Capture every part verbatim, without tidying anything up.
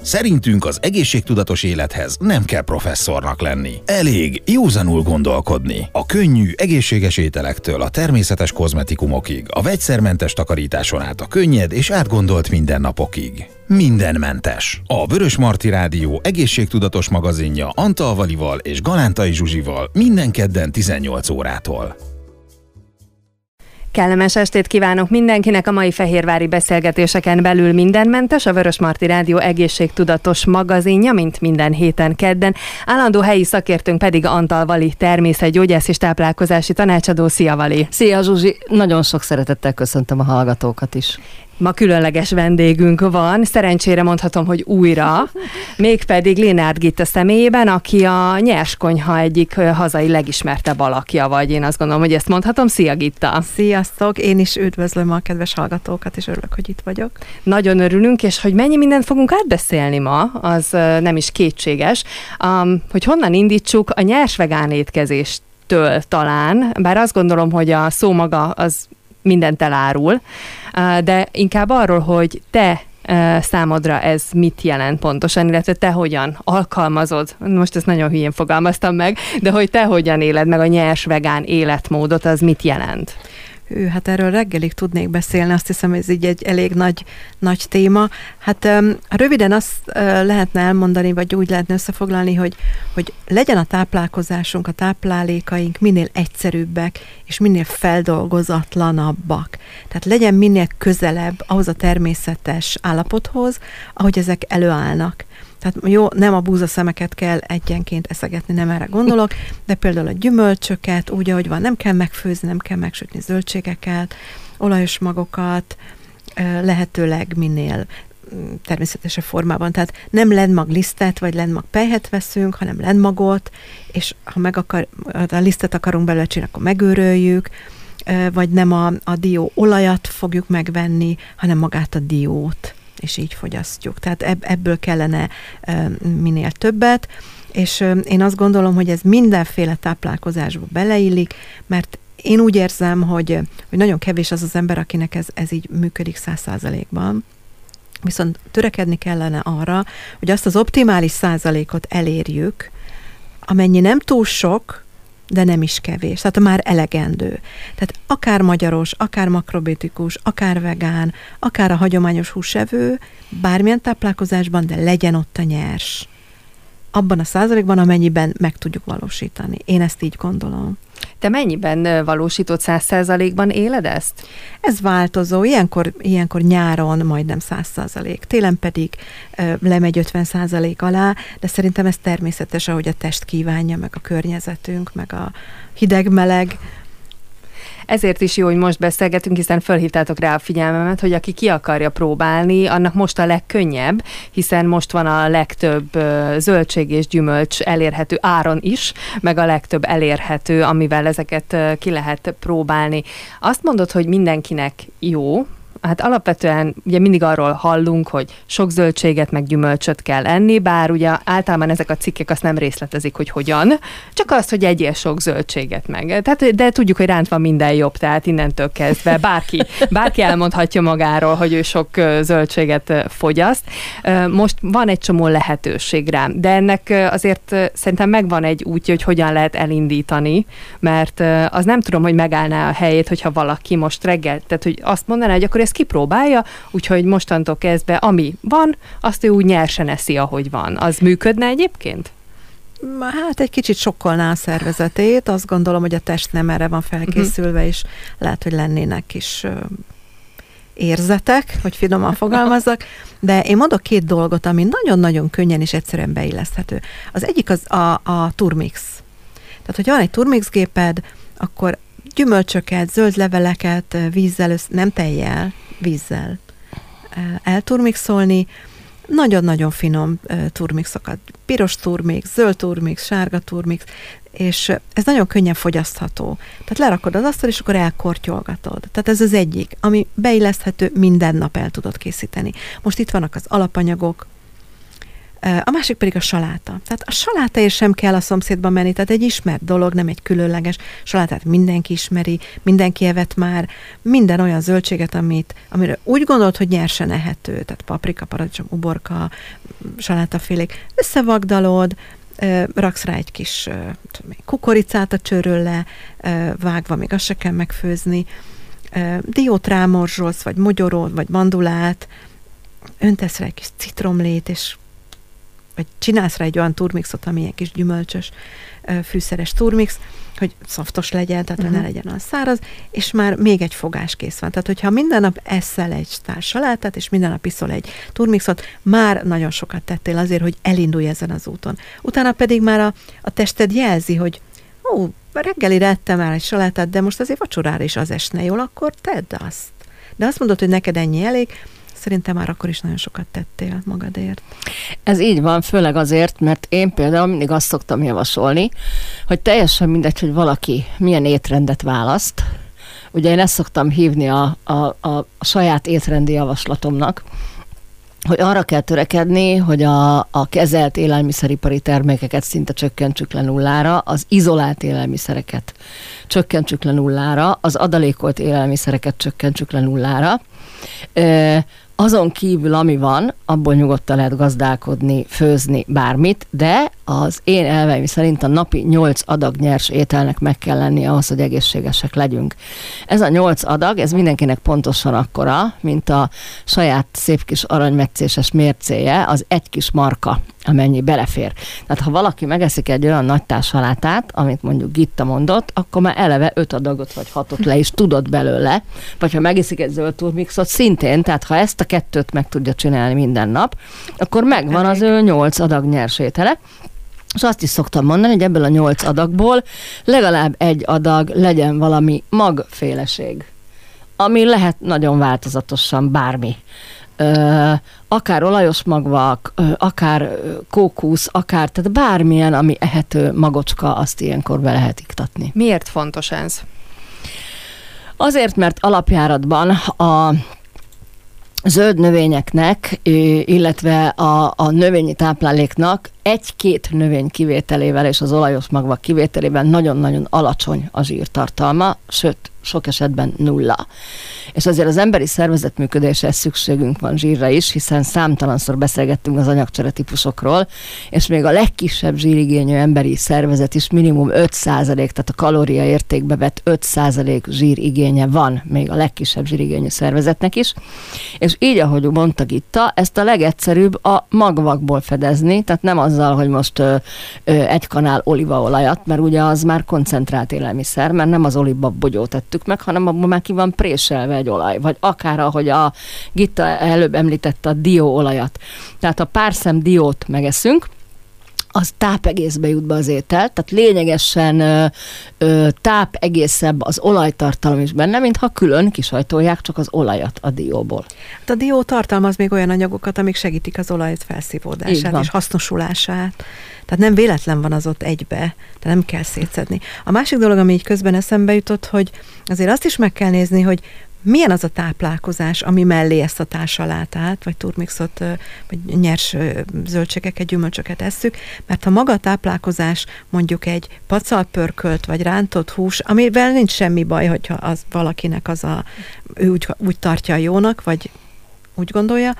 Szerintünk az egészségtudatos élethez nem kell professzornak lenni. Elég józanul gondolkodni. A könnyű, egészséges ételektől a természetes kozmetikumokig, a vegyszermentes takarításon át a könnyed és átgondolt mindennapokig. Mindenmentes. A Vörösmarty Rádió egészségtudatos magazinja Antal Valival és Galántai Zsuzsival minden kedden tizennyolc órától. Kellemes estét kívánok mindenkinek, a mai fehérvári beszélgetéseken belül mindenmentes, a Vörösmarty Rádió egészségtudatos magazinja, mint minden héten kedden. Állandó helyi szakértőnk pedig Antal Vali, természetgyógyász és táplálkozási tanácsadó. Szia, Vali! Szia, Zsuzsi! Nagyon sok szeretettel köszöntöm a hallgatókat is. Ma különleges vendégünk van, szerencsére mondhatom, hogy újra, mégpedig Lénárd Gitta személyében, aki a Nyerskonyha egyik hazai legismertebb alakja vagy. Én azt gondolom, hogy ezt mondhatom. Szia, Gitta! Sziasztok! Én is üdvözlöm a kedves hallgatókat, és örülök, hogy itt vagyok. Nagyon örülünk, és hogy mennyi mindent fogunk átbeszélni ma, az nem is kétséges. Um, hogy honnan indítsuk, a nyers vegán étkezéstől talán, bár azt gondolom, hogy a szó maga az mindent elárul, de inkább arról, hogy te számodra ez mit jelent pontosan, illetve te hogyan alkalmazod, most ezt nagyon hülyén fogalmaztam meg, de hogy te hogyan éled meg a nyers vegán életmódot, az mit jelent? Hű, hát erről reggelig tudnék beszélni, azt hiszem, ez így egy elég nagy, nagy téma. Hát um, röviden azt uh, lehetne elmondani, vagy úgy lehetne összefoglalni, hogy, hogy legyen a táplálkozásunk, a táplálékaink minél egyszerűbbek, és minél feldolgozatlanabbak. Tehát legyen minél közelebb ahhoz a természetes állapothoz, ahogy ezek előállnak. Tehát jó, nem a búzaszemeket kell egyenként eszegetni, nem erre gondolok, de például a gyümölcsöket úgy, ahogy van, nem kell megfőzni, nem kell megsütni zöldségeket, olajos magokat, lehetőleg minél természetesebb formában. Tehát nem lenmaglisztet, vagy lenmagpelyhet veszünk, hanem lenmagot, és ha meg akar, a lisztet akarunk belőle csinálni, akkor megőröljük, vagy nem a, a dió olajat fogjuk megvenni, hanem magát a diót, és így fogyasztjuk. Tehát ebből kellene minél többet, és én azt gondolom, hogy ez mindenféle táplálkozásba beleillik, mert én úgy érzem, hogy, hogy nagyon kevés az az ember, akinek ez, ez így működik száz százalékban. Viszont törekedni kellene arra, hogy azt az optimális százalékot elérjük, amennyi nem túl sok, de nem is kevés, tehát már elegendő. Tehát akár magyaros, akár makrobiotikus, akár vegán, akár a hagyományos húsevő, bármilyen táplálkozásban, de legyen ott a nyers. Abban a százalékban, amennyiben meg tudjuk valósítani. Én ezt így gondolom. Te mennyiben valósított száz százalékban éled ezt? Ez változó. Ilyenkor, ilyenkor nyáron majdnem száz százalék. Télen pedig ö, lemegy ötven százalék alá, de szerintem ez természetes, ahogy a test kívánja, meg a környezetünk, meg a hideg-meleg. Ezért is jó, hogy most beszélgetünk, hiszen felhívtátok rá a figyelmemet, hogy aki ki akarja próbálni, annak most a legkönnyebb, hiszen most van a legtöbb zöldség és gyümölcs elérhető áron is, meg a legtöbb elérhető, amivel ezeket ki lehet próbálni. Azt mondod, hogy mindenkinek jó. Hát alapvetően ugye mindig arról hallunk, hogy sok zöldséget meg gyümölcsöt kell enni, bár ugye általában ezek a cikkek azt nem részletezik, hogy hogyan, csak azt, hogy egyél sok zöldséget meg. Tehát, de tudjuk, hogy rántva minden jobb, tehát innentől kezdve bárki, bárki elmondhatja magáról, hogy ő sok zöldséget fogyaszt. Most van egy csomó lehetőség rám, de ennek azért szerintem megvan egy útja, hogy hogyan lehet elindítani, mert az nem tudom, hogy megállná a helyét, hogyha valaki most reggel, tehát hogy azt mondaná, hogy akkor ezt kipróbálja, úgyhogy mostantól kezdve, ami van, azt ő úgy nyersen eszi, ahogy van. Az működne egyébként? Hát egy kicsit sokkolná a szervezetét, azt gondolom, hogy a test nem erre van felkészülve, uh-huh. és lehet, hogy lennének is uh, érzetek, hogy finoman fogalmazzak, de én mondok két dolgot, ami nagyon-nagyon könnyen és egyszerűen beilleszthető. Az egyik az a, a turmix. Tehát, hogyha van egy turmix géped, akkor gyümölcsöket, zöld leveleket vízzel, nem tejjel, vízzel elturmixolni. Nagyon-nagyon finom turmixokat. Piros turmix, zöld turmix, sárga turmix, és ez nagyon könnyen fogyasztható. Tehát lerakod az asztal, és akkor elkortyolgatod. Tehát ez az egyik, ami beilleszthető, minden nap el tudod készíteni. Most itt vannak az alapanyagok, A másik pedig a saláta. Tehát a salátaért sem kell a szomszédba menni, tehát egy ismert dolog, nem egy különleges. Salátát mindenki ismeri, mindenki evett már, minden olyan zöldséget, amit, amire úgy gondolt, hogy nyersen ehető, tehát paprika, paradicsom, uborka, salátafélék, összevagdalod, raksz rá egy kis kukoricát a csőről vágva, még azt se kell megfőzni, diót rámorzsolsz, vagy mogyorod, vagy mandulát, öntesz rá egy kis citromlét, és vagy csinálsz rá egy olyan turmixot, ami ilyen kis gyümölcsös, fűszeres turmix, hogy szoftos legyen, tehát uh-huh. ne legyen olyan száraz, és már még egy fogás kész van. Tehát, hogyha minden nap eszel egy tál salátát, és minden nap iszol egy turmixot, már nagyon sokat tettél azért, hogy elindulj ezen az úton. Utána pedig már a, a tested jelzi, hogy ó, reggelire ettem már egy salátát, de most azért vacsorára is az esne jól, akkor tedd azt. De azt mondod, hogy neked ennyi elég, szerintem már akkor is nagyon sokat tettél magadért. Ez így van, főleg azért, mert én például mindig azt szoktam javasolni, hogy teljesen mindegy, hogy valaki milyen étrendet választ. Ugye én ezt szoktam hívni a, a, a, a saját étrendi javaslatomnak, hogy arra kell törekedni, hogy a, a kezelt élelmiszeripari termékeket szinte csökkentsük le nullára, az izolált élelmiszereket csökkentsük le nullára, az adalékolt élelmiszereket csökkentsük le nullára. E, azon kívül, ami van, abból nyugodtan lehet gazdálkodni, főzni, bármit, de az én elveim szerint a napi nyolc adag nyers ételnek meg kell lennie ahhoz, hogy egészségesek legyünk. Ez a nyolc adag, ez mindenkinek pontosan akkora, mint a saját szép kis aranymetszéses mércéje, az egy kis marka, amennyi belefér. Tehát ha valaki megeszik egy olyan nagy tál salátát, amit mondjuk Gitta mondott, akkor már eleve öt adagot vagy hatot le is tudod belőle, vagy ha megiszik egy zöld turmixot, szintén, tehát ha ezt a kettőt meg tudja csinálni minden nap, akkor megvan az ő nyolc adag nyers étele. És azt is szoktam mondani, hogy ebből a nyolc adagból legalább egy adag legyen valami magféleség, ami lehet nagyon változatosan bármi. Ö, akár olajos magvak, ö, akár kókusz, akár, tehát bármilyen, ami ehető magocska, azt ilyenkor be lehet iktatni. Miért fontos ez? Azért, mert alapjáratban a zöld növényeknek, illetve a, a növényi tápláléknak egy-két növény kivételével és az olajos magvak kivételével nagyon-nagyon alacsony a zsírtartalma, sőt, sok esetben nulla. És azért az emberi szervezet működéshez szükségünk van zsírra is, hiszen számtalanszor beszélgettünk az anyagcsere típusokról, és még a legkisebb zsírigényű emberi szervezet is minimum öt százalék, tehát a kalóriaértékbe vett öt százalék zsírigénye van még a legkisebb zsírigényű szervezetnek is. És így, ahogy mondta Gitta, ezt a legegyszerűbb a magvakból fedezni, tehát nem azzal, hogy most ö, ö, egy kanál olívaolajat, mert ugye az már koncentrált élelmiszer, mert nem az olívabogyót tettük meg, hanem abban már ki van préselve egy olaj, vagy akár, ahogy a Gitta előbb említette, a dióolajat. Tehát ha pár szem diót megeszünk, az tápegészbe jut be az étel, tehát lényegesen ö, ö, tápegészebb az olajtartalom is benne, mintha külön kisajtolják csak az olajat a dióból. Hát a dió tartalmaz még olyan anyagokat, amik segítik az olaj felszívódását és hasznosulását. Tehát nem véletlen van az ott egybe, tehát nem kell szétszedni. A másik dolog, ami így közben eszembe jutott, hogy azért azt is meg kell nézni, hogy milyen az a táplálkozás, ami mellé ezt a tálsalátát, vagy turmixot, vagy nyers zöldségeket, gyümölcsöket esszük, mert ha maga a táplálkozás mondjuk egy pacalpörkölt, vagy rántott hús, amivel nincs semmi baj, hogyha az valakinek az a, ő úgy, úgy tartja jónak, vagy úgy gondolja,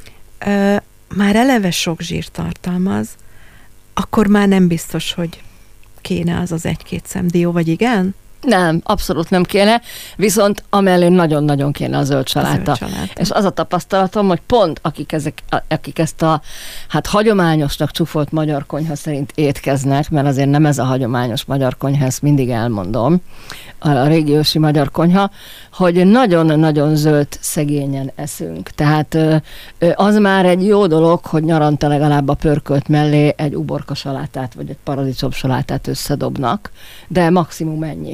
már eleve sok zsírt tartalmaz, akkor már nem biztos, hogy kéne az az egy-két szem dió, vagy igen? Nem, abszolút nem kéne, viszont amellé nagyon-nagyon kéne a zöld saláta. És az a tapasztalatom, hogy pont akik, ezek, akik ezt a hát hagyományosnak csúfolt magyar konyha szerint étkeznek, mert azért nem ez a hagyományos magyar konyha, ezt mindig elmondom, a régiósi magyar konyha, hogy nagyon-nagyon zöld szegényen eszünk. Tehát az már egy jó dolog, hogy nyaranta legalább a pörkölt mellé egy uborka salátát, vagy egy paradicsom salátát összedobnak, de maximum ennyi.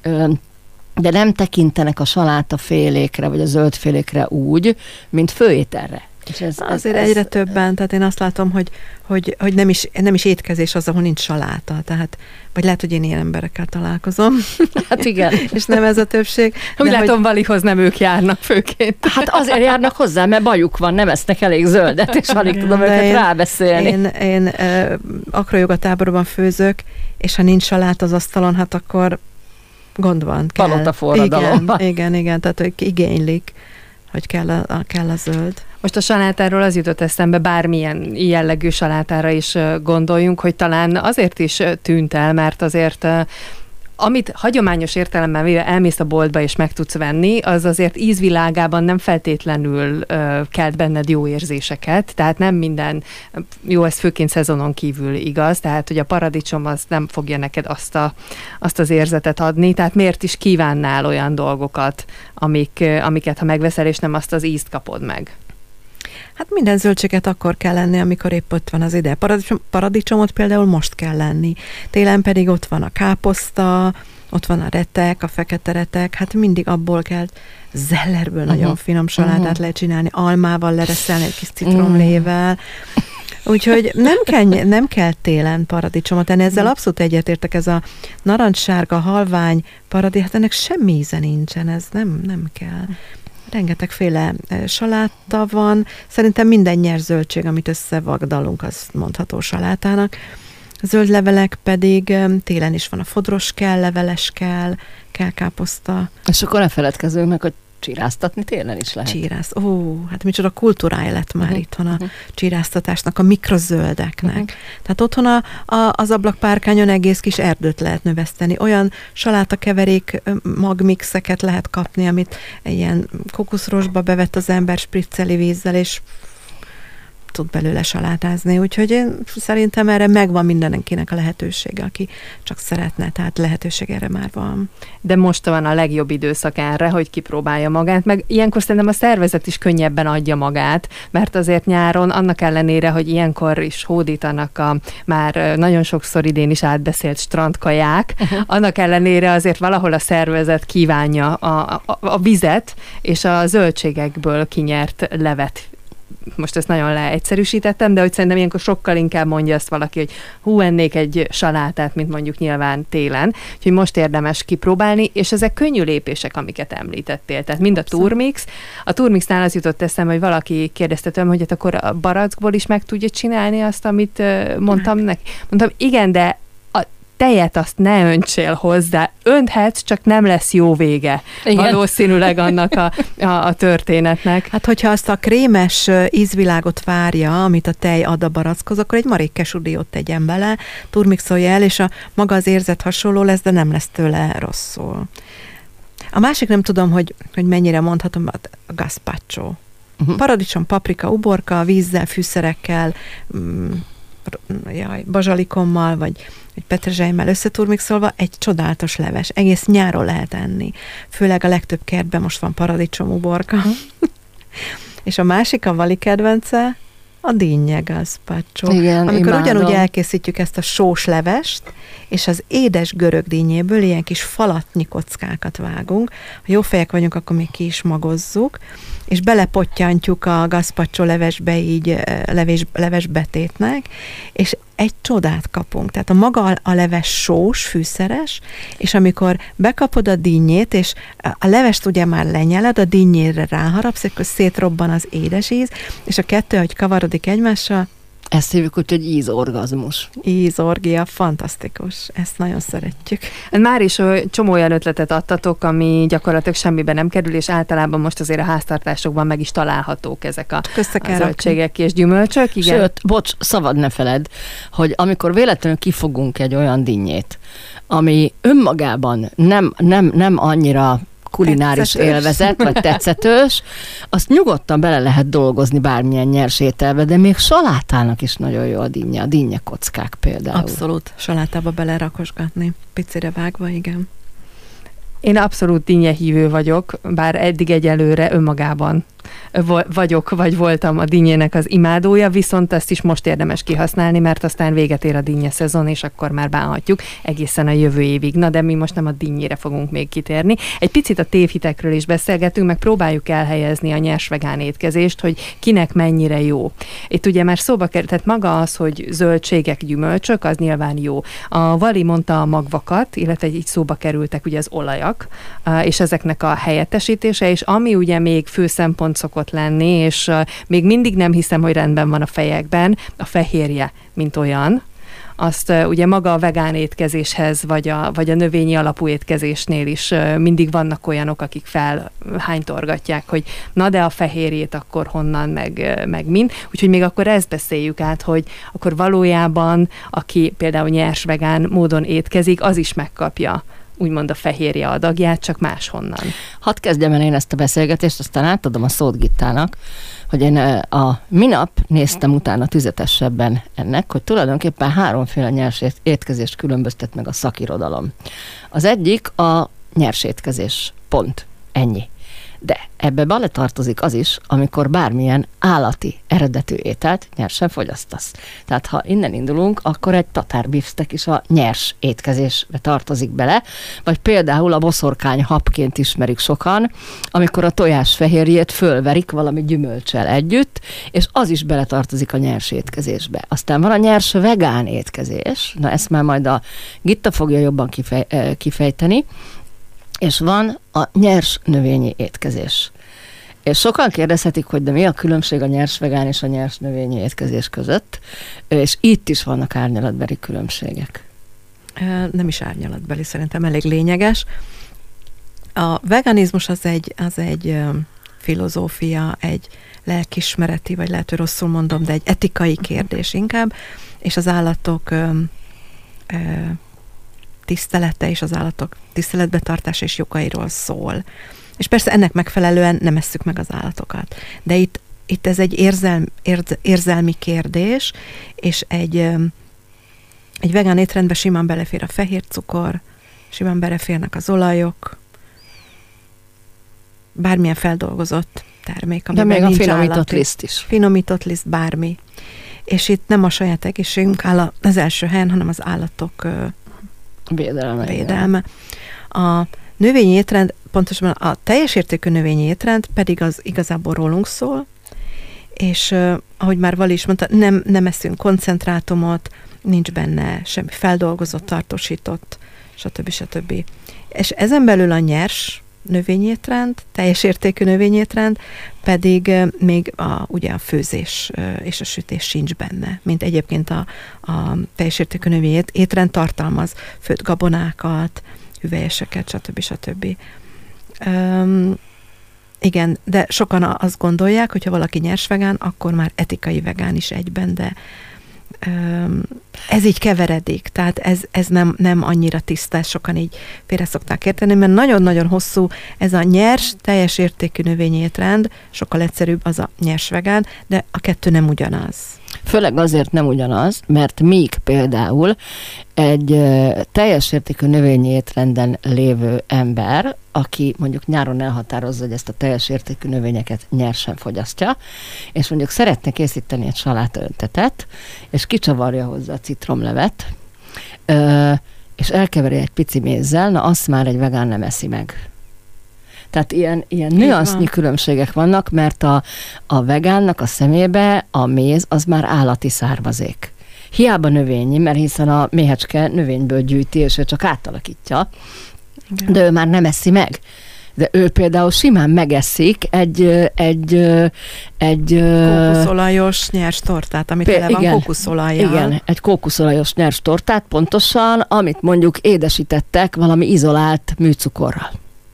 De nem tekintenek a salátafélékre, vagy a zöldfélékre úgy, mint főételre. És ez, Azért ez, egyre ez, többen, tehát én azt látom, hogy, hogy, hogy nem, is, nem is étkezés az, ahol nincs saláta, tehát, vagy lehet, hogy én ilyen emberekkel találkozom. Hát igen. És nem ez a többség. Úgy látom, hogy... Valihoz nem ők járnak főként. Hát azért járnak hozzá, mert bajuk van, nem esznek elég zöldet, és alig tudom de őket én, rábeszélni. Én, én uh, akrojoga táborban főzök, és ha nincs salát az asztalon, hát akkor gond van. Kell. Palota forradalom igen, van. igen, igen, tehát ők igénylik, hogy kell a, a, kell a zöld. Most a salátáról az jutott eszembe, bármilyen jellegű salátára is gondoljunk, hogy talán azért is tűnt el, mert azért amit hagyományos értelemben véve elmész a boltba és meg tudsz venni, az azért ízvilágában nem feltétlenül uh, kelt benned jó érzéseket, tehát nem minden, jó, ez főként szezonon kívül igaz, tehát hogy a paradicsom az nem fogja neked azt, a, azt az érzetet adni, tehát miért is kívánnál olyan dolgokat, amik, amiket ha megveszel, és nem azt az ízt kapod meg? Hát minden zöldséget akkor kell lenni, amikor épp ott van az ide. Paradicsom, paradicsomot például most kell lenni. Télen pedig ott van a káposzta, ott van a retek, a fekete retek, hát mindig abból kell zellerből uh-huh. nagyon finom salátát uh-huh. lehet csinálni, almával lereszelni, egy kis citromlével. Úgyhogy nem kell, nem kell télen paradicsomot tenni, ezzel abszolút egyetértek, ez a narancssárga, halvány paradicsom, hát ennek semmi íze nincsen, ez nem, nem kell. Rengetegféle saláta van. Szerintem minden nyers zöldség, amit összevagdalunk, az mondható salátának. A zöld levelek pedig télen is van a fodros kell, leveles kell, kell káposzta. És akkor ne feledkezzünk meg, hogy csiráztatni télen is lehet. Csírász. Ó, hát micsoda kultúrája lett már uh-huh. itthon a uh-huh. csíráztatásnak, a mikrozöldeknek. Uh-huh. Tehát otthon a, a, az ablakpárkányon egész kis erdőt lehet növeszteni. Olyan salátakeverék magmixeket lehet kapni, amit ilyen kokuszrosba bevett az ember spricceli vízzel, és tud belőle salátázni. Úgyhogy én szerintem erre megvan mindenkinek a lehetősége, aki csak szeretne, tehát lehetőség erre már van. De most van a legjobb időszak erre, hogy kipróbálja magát, meg ilyenkor szerintem a szervezet is könnyebben adja magát, mert azért nyáron annak ellenére, hogy ilyenkor is hódítanak a már nagyon sokszor idén is átbeszélt strandkaják, uh-huh. annak ellenére azért valahol a szervezet kívánja a, a, a vizet és a zöldségekből kinyert levet. Most ezt nagyon leegyszerűsítettem, de hogy szerintem ilyenkor sokkal inkább mondja azt valaki, hogy hú, ennék egy salátát, mint mondjuk nyilván télen. Úgyhogy most érdemes kipróbálni, és ezek könnyű lépések, amiket említettél. Tehát mind a turmix. A turmixnál az jutott eszembe, hogy valaki kérdezte tőlem, hogy hát akkor a barackból is meg tudja csinálni azt, amit mondtam neki. Mondtam, igen, de tejet azt ne öntsél hozzá. Önthetsz, csak nem lesz jó vége. Igen. Valószínűleg annak a, a, a történetnek. Hát, hogyha azt a krémes ízvilágot várja, amit a tej ad a barackhoz, akkor egy marék kesudiót tegyen bele, turmixolja el, és a maga az érzet hasonló lesz, de nem lesz tőle rosszul. A másik nem tudom, hogy, hogy mennyire mondhatom, a gazpacho. Uh-huh. Paradicsom, paprika, uborka, vízzel, fűszerekkel, mm, jaj, bazsalikommal, vagy egy petrezselymmel összeturmixolva, egy csodálatos leves. Egész nyáron lehet enni. Főleg a legtöbb kertben most van paradicsom, uborka. És a másik, a Vali kedvence, a dinnye gazpacho. Igen, amikor imádom. Ugyanúgy elkészítjük ezt a sós levest, és az édes görög dinnyéből ilyen kis falatnyi kockákat vágunk. Ha jó fejek vagyunk, akkor még ki is magozzuk, és belepottyantjuk a gazpacho levesbe, így levés, leves betétnek, és egy csodát kapunk. Tehát a maga a leves sós, fűszeres, és amikor bekapod a dinnyét, és a levest ugye már lenyeled, a dinnyére ráharapsz, akkor szétrobban az édes íz, és a kettő, hogy kavarodik egymással, ezt hívjuk úgy, hogy ízorgazmus. Ízorgia, fantasztikus. Ezt nagyon szeretjük. Már is csomó olyan ötletet adtatok, ami gyakorlatilag semmibe nem kerül, és általában most azért a háztartásokban meg is találhatók ezek a, a zöldségek és gyümölcsök. Igen. Sőt, bocs, szabad ne feled, hogy amikor véletlenül kifogunk egy olyan dinnyét, ami önmagában nem, nem, nem annyira kulináris tetszetős. Élvezet, vagy tetszetős, azt nyugodtan bele lehet dolgozni bármilyen nyers ételbe, de még salátának is nagyon jó a dinnye, a dinnye kockák például. Abszolút, salátába belerakosgatni, picire vágva, igen. Én abszolút dinnye hívő vagyok, bár eddig egyelőre önmagában vagyok, vagy voltam a dinnyének az imádója, viszont ezt is most érdemes kihasználni, mert aztán véget ér a dinnye szezon, és akkor már bánhatjuk egészen a jövő évig. Na, de mi most nem a dinnyére fogunk még kitérni. Egy picit a tévhitekről is beszélgetünk, meg próbáljuk elhelyezni a nyers vegán étkezést, hogy kinek mennyire jó. Itt ugye már szóba került, tehát maga az, hogy zöldségek, gyümölcsök, az nyilván jó. A Vali mondta a magvakat, illetve így szóba kerültek ugye az olajak, és ezeknek a helyettesítése, és ami ugye még fő szempont szokott lenni, és még mindig nem hiszem, hogy rendben van a fejekben, a fehérje, mint olyan. Azt uh, ugye maga a vegán étkezéshez, vagy a, vagy a növényi alapú étkezésnél is uh, mindig vannak olyanok, akik felhánytorgatják, hogy na de a fehérjét akkor honnan, meg, uh, meg mind. Úgyhogy még akkor ezt beszéljük át, hogy akkor valójában, aki például nyers vegán módon étkezik, az is megkapja úgymond a fehérje adagját, csak máshonnan. Hadd kezdjem el én ezt a beszélgetést, aztán átadom a szót Gittának, hogy én a minap néztem utána tüzetesebben ennek, hogy tulajdonképpen háromféle nyers étkezést különböztet meg a szakirodalom. Az egyik a nyers étkezés. Pont. Ennyi. De ebbe beletartozik az is, amikor bármilyen állati eredetű ételt nyersen fogyasztasz. Tehát ha innen indulunk, akkor egy tatárbifsztek is a nyers étkezésbe tartozik bele, vagy például a boszorkány habként ismerik sokan, amikor a tojás fehérjét fölverik valami gyümölccsel együtt, és az is beletartozik a nyers étkezésbe. Aztán van a nyers vegán étkezés, na ezt már majd a Gitta fogja jobban kifej, kifejteni, és van a nyers növényi étkezés. És sokan kérdezhetik, hogy de mi a különbség a nyers vegán és a nyers növényi étkezés között, és itt is vannak árnyalatbeli különbségek. Nem is árnyalatbeli, szerintem elég lényeges. A veganizmus az egy, az egy filozófia, egy lelkismereti, vagy lehet, hogy rosszul mondom, de egy etikai kérdés inkább, és az állatok ö, ö, tisztelete és az állatok tiszteletbetartás és jogairól szól. És persze ennek megfelelően nem esszük meg az állatokat. De itt, itt ez egy érzelm, érz, érzelmi kérdés, és egy, egy vegán étrendbe simán belefér a fehér cukor, simán beleférnek az olajok, bármilyen feldolgozott termék, amiben nincs állati. De még a finomított állati, liszt is. Finomított liszt, bármi. És itt nem a saját egészségünk áll az első helyen, hanem az állatok Védelme. Védelme. A növényi étrend, pontosan a teljes értékű növényi étrend pedig az igazából rólunk szól, és uh, ahogy már Vali is mondta, nem, nem eszünk koncentrátumot, nincs benne semmi feldolgozott, tartósított, stb. stb. És ezen belül a nyers növényi étrend, teljes értékű növényi étrend, pedig uh, még a, ugye a főzés uh, és a sütés sincs benne, mint egyébként a, a teljes értékű növényi étrend tartalmaz főtt gabonákat, hüvelyeseket, stb. stb. Um, igen, de sokan azt gondolják, hogyha valaki nyers vegán, akkor már etikai vegán is egyben, de um, ez így keveredik, tehát ez, ez nem, nem annyira tiszta, sokan így félre szokták érteni, mert nagyon-nagyon hosszú ez a nyers, teljes értékű növényi étrend, sokkal egyszerűbb az a nyers vegán, de a kettő nem ugyanaz. Főleg azért nem ugyanaz, mert míg például egy teljes értékű növényi étrenden lévő ember, aki mondjuk nyáron elhatározza, hogy ezt a teljes értékű növényeket nyersen fogyasztja, és mondjuk szeretne készíteni egy salátaöntetet, és kicsavarja hozzá a citromlevet, és elkeveri egy pici mézzel, na azt már egy vegán nem eszi meg. Tehát ilyen, ilyen nüansznyi különbségek vannak, mert a, a vegánnak a szemébe a méz az már állati származék. Hiába növényi, mert hiszen a méhecske növényből gyűjti, és ő csak átalakítja, igen. De ő már nem eszi meg. De ő például simán megeszik egy... egy, egy kókuszolajos nyers tortát, amit pé- tele van igen, kókuszolajjal. Igen, egy kókuszolajos nyers tortát pontosan, amit mondjuk édesítettek valami izolált műcukorral.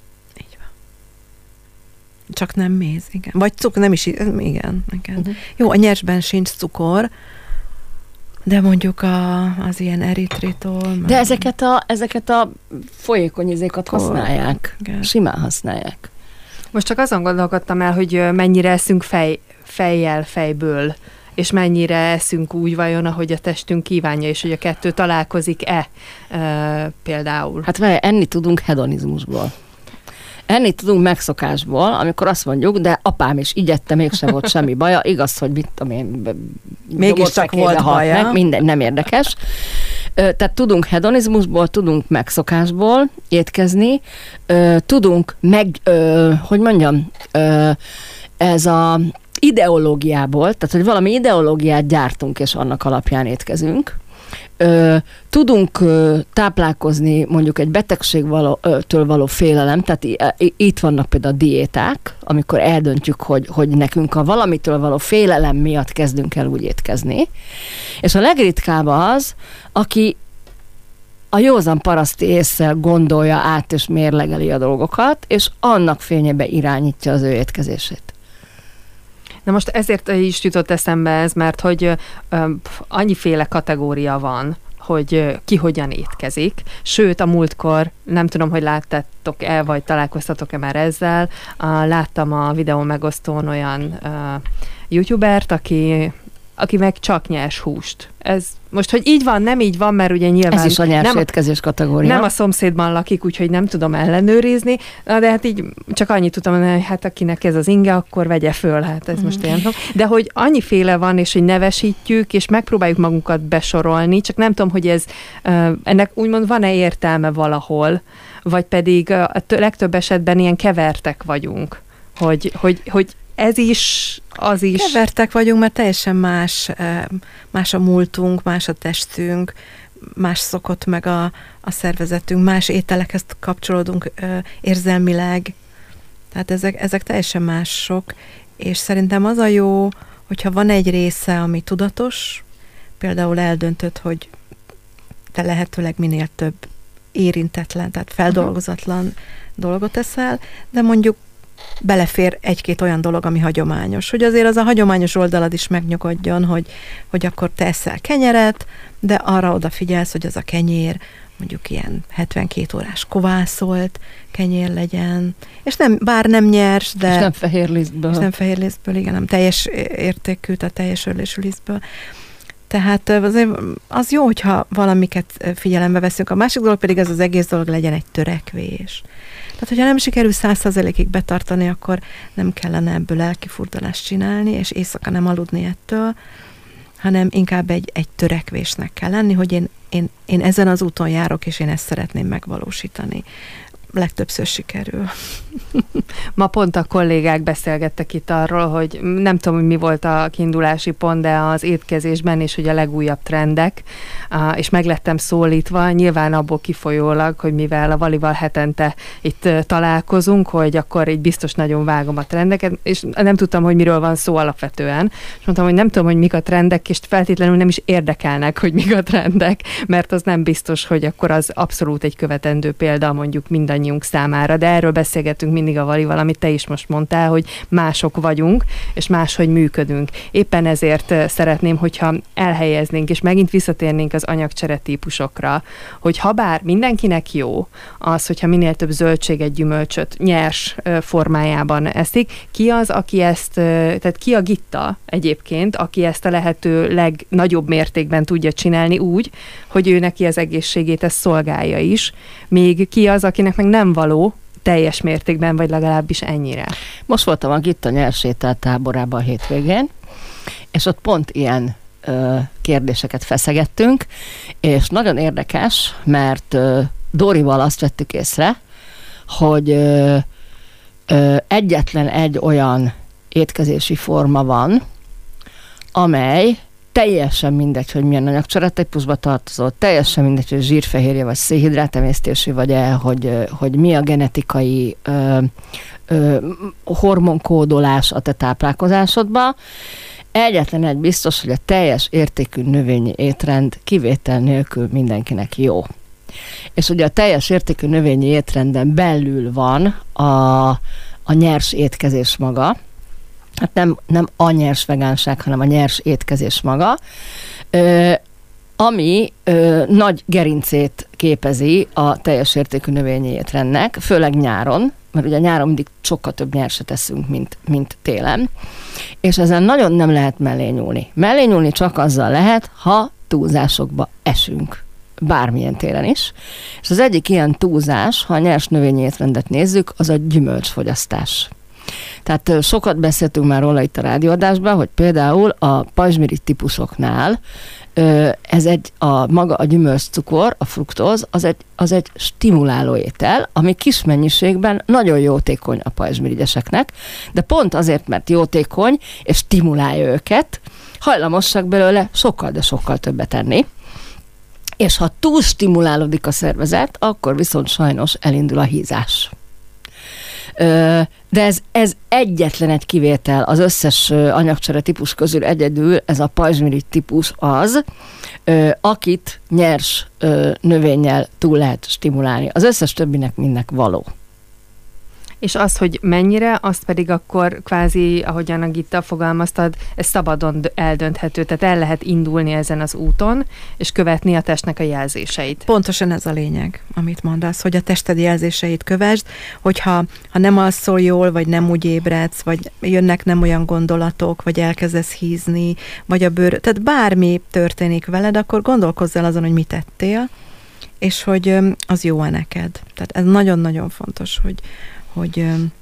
Csak nem méz, igen. Vagy cukor, nem is, igen. igen. Uh-huh. Jó, a nyersben sincs cukor, de mondjuk a, az ilyen eritritol. De ezeket a, ezeket a folyékony izékat használják. Igen. Simán használják. Most csak azon gondolkodtam el, hogy mennyire eszünk fej, fejjel, fejből, és mennyire eszünk úgy vajon, ahogy a testünk kívánja, és hogy a kettő találkozik-e e, például. Hát várj, enni tudunk hedonizmusból. Enni tudunk megszokásból, amikor azt mondjuk, de apám is igyette, mégsem volt semmi baja, igaz, hogy mit tudom én, mégiscsak volt baja. Meg, minden, nem érdekes. Tehát tudunk hedonizmusból, tudunk megszokásból étkezni, tudunk meg, hogy mondjam, ez a ideológiából, tehát hogy valami ideológiát gyártunk, és annak alapján étkezünk. Ö, tudunk ö, táplálkozni mondjuk egy betegségtől való félelem, tehát i- itt vannak például a diéták, amikor eldöntjük, hogy, hogy nekünk a valamitől való félelem miatt kezdünk el úgy étkezni. És a legritkább az, aki a józan paraszti ésszel gondolja át és mérlegeli a dolgokat, és annak fényébe irányítja az ő étkezését. Na most ezért is jutott eszembe ez, mert hogy ö, annyiféle kategória van, hogy ki hogyan étkezik. Sőt, a múltkor, nem tudom, hogy láttátok-e, vagy találkoztatok-e már ezzel, láttam a videó megosztón olyan youtubert, aki, aki meg csak nyers húst. Ez most, hogy így van, nem így van, mert ugye nyilván... Ez is a nyers nem, étkezés kategória. Nem a szomszédban lakik, úgyhogy nem tudom ellenőrizni, de hát így csak annyit tudtam mondani, hogy hát akinek ez az inge, akkor vegye föl, hát ez mm. most ilyen. De hogy annyiféle van, és hogy nevesítjük, és megpróbáljuk magunkat besorolni, csak nem tudom, hogy ez ennek úgymond van-e értelme valahol, vagy pedig a legtöbb esetben ilyen kevertek vagyunk, hogy, hogy, hogy ez is, az is. Kevertek vagyunk, mert teljesen más, más a múltunk, más a testünk, más szokott meg a, a szervezetünk, más ételekhez kapcsolódunk érzelmileg. Tehát ezek, ezek teljesen mások, és szerintem az a jó, hogyha van egy része, ami tudatos, például eldöntöd, hogy te lehetőleg minél több érintetlen, tehát feldolgozatlan uh-huh. dolgot eszel, de mondjuk belefér egy-két olyan dolog, ami hagyományos. Hogy azért az a hagyományos oldalad is megnyugodjon, hogy, hogy akkor te eszel kenyeret, de arra odafigyelsz, hogy az a kenyér mondjuk ilyen hetvenkét órás kovászolt kenyér legyen, és nem, bár nem nyers, de... És nem fehér lisztből. És nem fehér lisztből, igen, nem teljes értékű, tehát teljes örlésű lisztből. Tehát azért az jó, hogyha valamiket figyelembe veszünk. A másik dolog pedig az az egész dolog legyen egy törekvés. Tehát, hogyha nem sikerül száz százalékig betartani, akkor nem kellene ebből lelkifurdalást csinálni, és éjszaka nem aludni ettől, hanem inkább egy, egy törekvésnek kell lenni, hogy én, én, én ezen az úton járok, és én ezt szeretném megvalósítani. Legtöbbször sikerül. Ma pont a kollégák beszélgettek itt arról, hogy nem tudom, hogy mi volt a kiindulási pont, de az étkezésben is, hogy a legújabb trendek, és meg lettem szólítva, nyilván abból kifolyólag, hogy mivel a Valival hetente itt találkozunk, hogy akkor így biztos nagyon vágom a trendeket, és nem tudtam, hogy miről van szó alapvetően, és mondtam, hogy nem tudom, hogy mik a trendek, és feltétlenül nem is érdekelnek, hogy mik a trendek, mert az nem biztos, hogy akkor az abszolút egy követendő példa mondjuk mindannyiunk számára, de erről beszélgetünk mindig a Valival, amit te is most mondtál, hogy mások vagyunk, és máshogy működünk. Éppen ezért szeretném, hogyha elhelyeznénk, és megint visszatérnénk az anyagcsere típusokra, hogy ha bár mindenkinek jó az, hogyha minél több zöldséget, gyümölcsöt nyers formájában eszik, ki az, aki ezt, tehát ki a Gitta egyébként, aki ezt a lehető legnagyobb mértékben tudja csinálni úgy, hogy ő neki az egészségét ezt szolgálja is, még ki az, akinek meg nem való teljes mértékben, vagy legalábbis ennyire. Most voltam a Gitta nyersétel táborában a hétvégén, és ott pont ilyen ö, kérdéseket feszegettünk, és nagyon érdekes, mert ö, Dórival azt vettük észre, hogy ö, ö, egyetlen egy olyan étkezési forma van, amely teljesen mindegy, hogy milyen anyagcsere típusba tartozol, teljesen mindegy, hogy zsírfehérje vagy szénhidrátemésztésű vagy el, hogy, hogy mi a genetikai ö, ö, hormonkódolás a te táplálkozásodba. Egyetlen egy biztos, hogy a teljes értékű növényi étrend kivétel nélkül mindenkinek jó. És ugye a teljes értékű növényi étrenden belül van a, a nyers étkezés maga, hát nem, nem a nyers vegánság, hanem a nyers étkezés maga, ö, ami ö, nagy gerincét képezi a teljes értékű növényi étrendnek, főleg nyáron, mert ugye nyáron mindig sokkal több nyerset eszünk, mint, mint télen, és ezen nagyon nem lehet mellé nyúlni. Mellé nyúlni csak azzal lehet, ha túlzásokba esünk. bármilyen téren is. És az egyik ilyen túlzás, ha a nyers növényi étrendet nézzük, az a gyümölcsfogyasztás. Tehát sokat beszéltünk már róla itt a rádióadásban, hogy például a pajzsmirigy típusoknál ez egy, a maga a gyümölcscukor, a fruktóz, az egy, az egy stimuláló étel, ami kis mennyiségben nagyon jótékony a pajzsmirigyeseknek, de pont azért, mert jótékony és stimulálja őket, hajlamosak belőle sokkal, de sokkal többet enni. És ha túl stimulálódik a szervezet, akkor viszont sajnos elindul a hízás. De ez, ez egyetlen egy kivétel az összes anyagcsere típus közül, egyedül ez a pajzsmirigy típus az, akit nyers növényel túl lehet stimulálni. Az összes többinek mindnek való. És az, hogy mennyire, azt pedig akkor kvázi, ahogyan a Gitta fogalmaztad, ez szabadon eldönthető, tehát el lehet indulni ezen az úton, és követni a testnek a jelzéseit. Pontosan ez a lényeg, amit mondasz, hogy a tested jelzéseit kövesd, hogyha ha nem alszol jól, vagy nem úgy ébredsz, vagy jönnek nem olyan gondolatok, vagy elkezdesz hízni, vagy a bőr, tehát bármi történik veled, akkor gondolkozz el azon, hogy mit tettél, és hogy az jó-e neked. Tehát ez nagyon-nagyon fontos, hogy hogy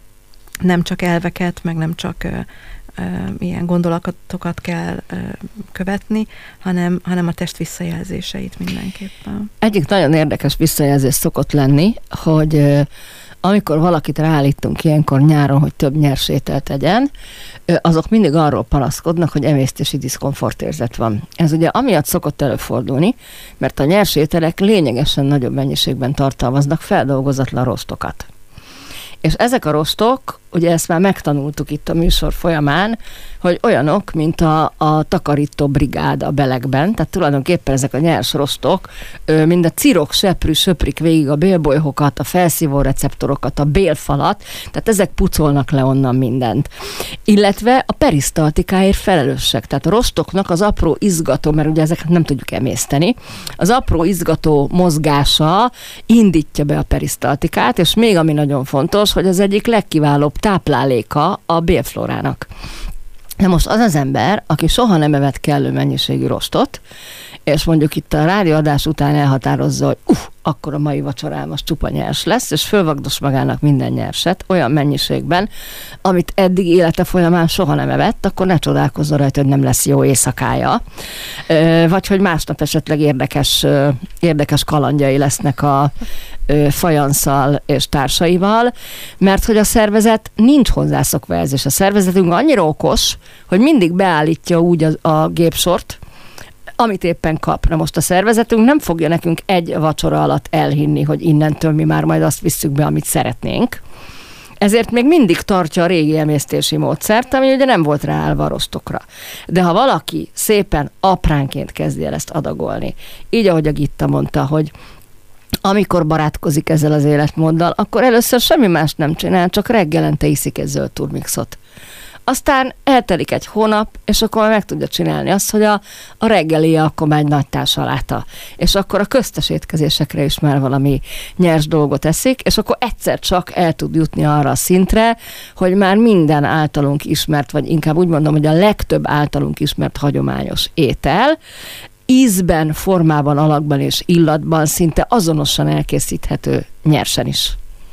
nem csak elveket, meg nem csak ö, ö, ilyen gondolatokat kell ö, követni, hanem, hanem a test visszajelzéseit mindenképpen. Egyik nagyon érdekes visszajelzés szokott lenni, hogy ö, amikor valakit ráállítunk ilyenkor nyáron, hogy több nyers ételt tegyen, ö, azok mindig arról panaszkodnak, hogy emésztési diszkomfortérzet van. Ez ugye amiatt szokott előfordulni, mert a nyers ételek lényegesen nagyobb mennyiségben tartalmaznak feldolgozatlan rostokat. És ezek a rostok, ugye ezt már megtanultuk itt a műsor folyamán, hogy olyanok, mint a, a takarító brigád a belegben, tehát tulajdonképpen ezek a nyers rostok, mind a cirok, seprű, söprik végig a bélbolyhokat, a felszívó receptorokat, a bélfalat, tehát ezek pucolnak le onnan mindent. Illetve a perisztaltikáért felelősek, tehát a rostoknak az apró izgató, mert ugye ezeket nem tudjuk emészteni, az apró izgató mozgása indítja be a perisztaltikát, és még ami nagyon fontos, hogy az egyik legkiválóbb tápláléka a bélflórának. De most az az ember, aki soha nem evett kellő mennyiségű rostot, és mondjuk itt a rádióadás után elhatározza, hogy uff, akkor a mai vacsorám az csupa nyers lesz, és fölvagdos magának minden nyerset olyan mennyiségben, amit eddig élete folyamán soha nem evett, akkor ne csodálkozzon rajta, hogy nem lesz jó éjszakája. Vagy hogy másnap esetleg érdekes, érdekes kalandjai lesznek a fajanszal és társaival, mert hogy a szervezet nincs hozzászokva ez, és a szervezetünk annyira okos, hogy mindig beállítja úgy a, a gépsort, amit éppen kap. Na most a szervezetünk nem fogja nekünk egy vacsora alatt elhinni, hogy innentől mi már majd azt visszük be, amit szeretnénk. Ezért még mindig tartja a régi emésztési módszert, ami ugye nem volt ráállva a rostokra. De ha valaki szépen apránként kezdi el ezt adagolni, így ahogy a Gitta mondta, hogy amikor barátkozik ezzel az életmóddal, akkor először semmi más nem csinál, csak reggelente iszik egy zöld turmixot. Aztán eltelik egy hónap, és akkor meg tudja csinálni azt, hogy a, a reggelije akkor már egy nagy társaláta. És akkor a köztes étkezésekre is már valami nyers dolgot eszik, és akkor egyszer csak el tud jutni arra a szintre, hogy már minden általunk ismert, vagy inkább úgy mondom, hogy a legtöbb általunk ismert hagyományos étel, ízben, formában, alakban és illatban szinte azonosan elkészíthető nyersen is.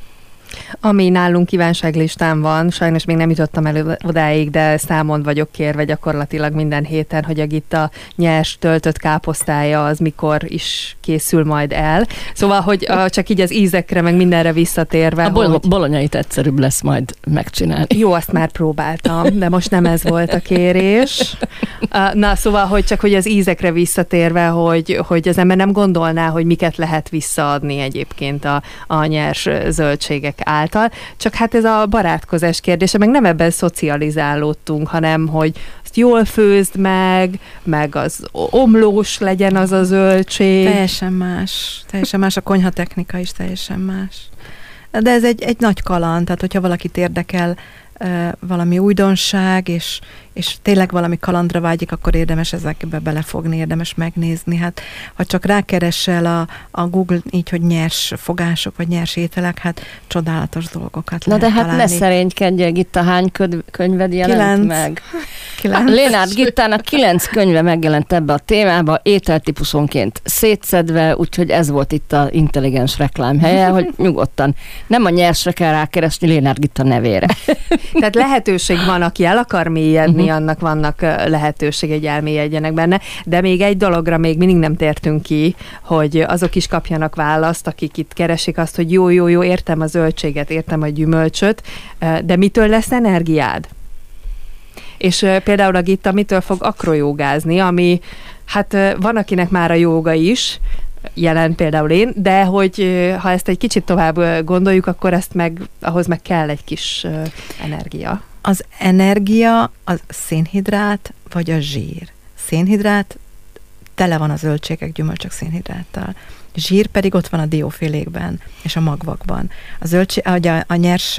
Ami nálunk kívánságlistán van, sajnos még nem jutottam el odáig, de számon vagyok kérve gyakorlatilag minden héten, hogy a Gitta nyers töltött káposztája az mikor is készül majd el. Szóval, hogy csak így az ízekre, meg mindenre visszatérve. A bol- hogy... bolonyait egyszerűbb lesz majd megcsinálni. Jó, azt már próbáltam, de most nem ez volt a kérés. Na, szóval, hogy csak hogy az ízekre visszatérve, hogy, hogy az ember nem gondolná, hogy miket lehet visszaadni egyébként a, a nyers zöldségek által, csak hát ez a barátkozás kérdése, meg nem ebben szocializálódtunk, hanem hogy azt jól főzd meg, meg az omlós legyen az a zöldség. Teljesen más. Teljesen más, a konyhatechnika is teljesen más. De ez egy, egy nagy kaland, tehát hogyha valakit érdekel uh, valami újdonság, és, és tényleg valami kalandra vágyik, akkor érdemes ezekbe belefogni, érdemes megnézni. Hát, ha csak rákeresel a, a Google így, hogy nyers fogások, vagy nyers ételek, hát csodálatos dolgokat Na lehet de hát találni. ne szerénykedjél, Gitta, hány köd- könyved jelent Kilenc. meg? Kilenc. Lénárd Gittának kilenc könyve megjelent ebbe a témába, ételtípusonként szétszedve, úgyhogy ez volt itt az intelligens reklám helye, hogy nyugodtan nem a nyersre kell rákeresni Lénárd Gitta nevére. Tehát lehetőség van, aki el akar mélyedni, Uh-huh. annak vannak ö, lehetőség, hogy elmélyedjenek benne, de még egy dologra még mindig nem tértünk ki, hogy azok is kapjanak választ, akik itt keresik azt, hogy jó, jó, jó, értem a zöldséget, értem a gyümölcsöt, ö, de mitől lesz energiád? És ö, például a Gitta mitől fog akrojógázni, ami hát ö, van, akinek már a jóga is, jelen például én, de hogy ö, ha ezt egy kicsit tovább ö, gondoljuk, akkor ezt meg, ahhoz meg kell egy kis ö, energia. Az energia, a szénhidrát vagy a zsír. Szénhidrát tele van a zöldségek, gyümölcsök szénhidráttal. Zsír pedig ott van a diófélékben és a magvakban. A, zöldség, a, a nyers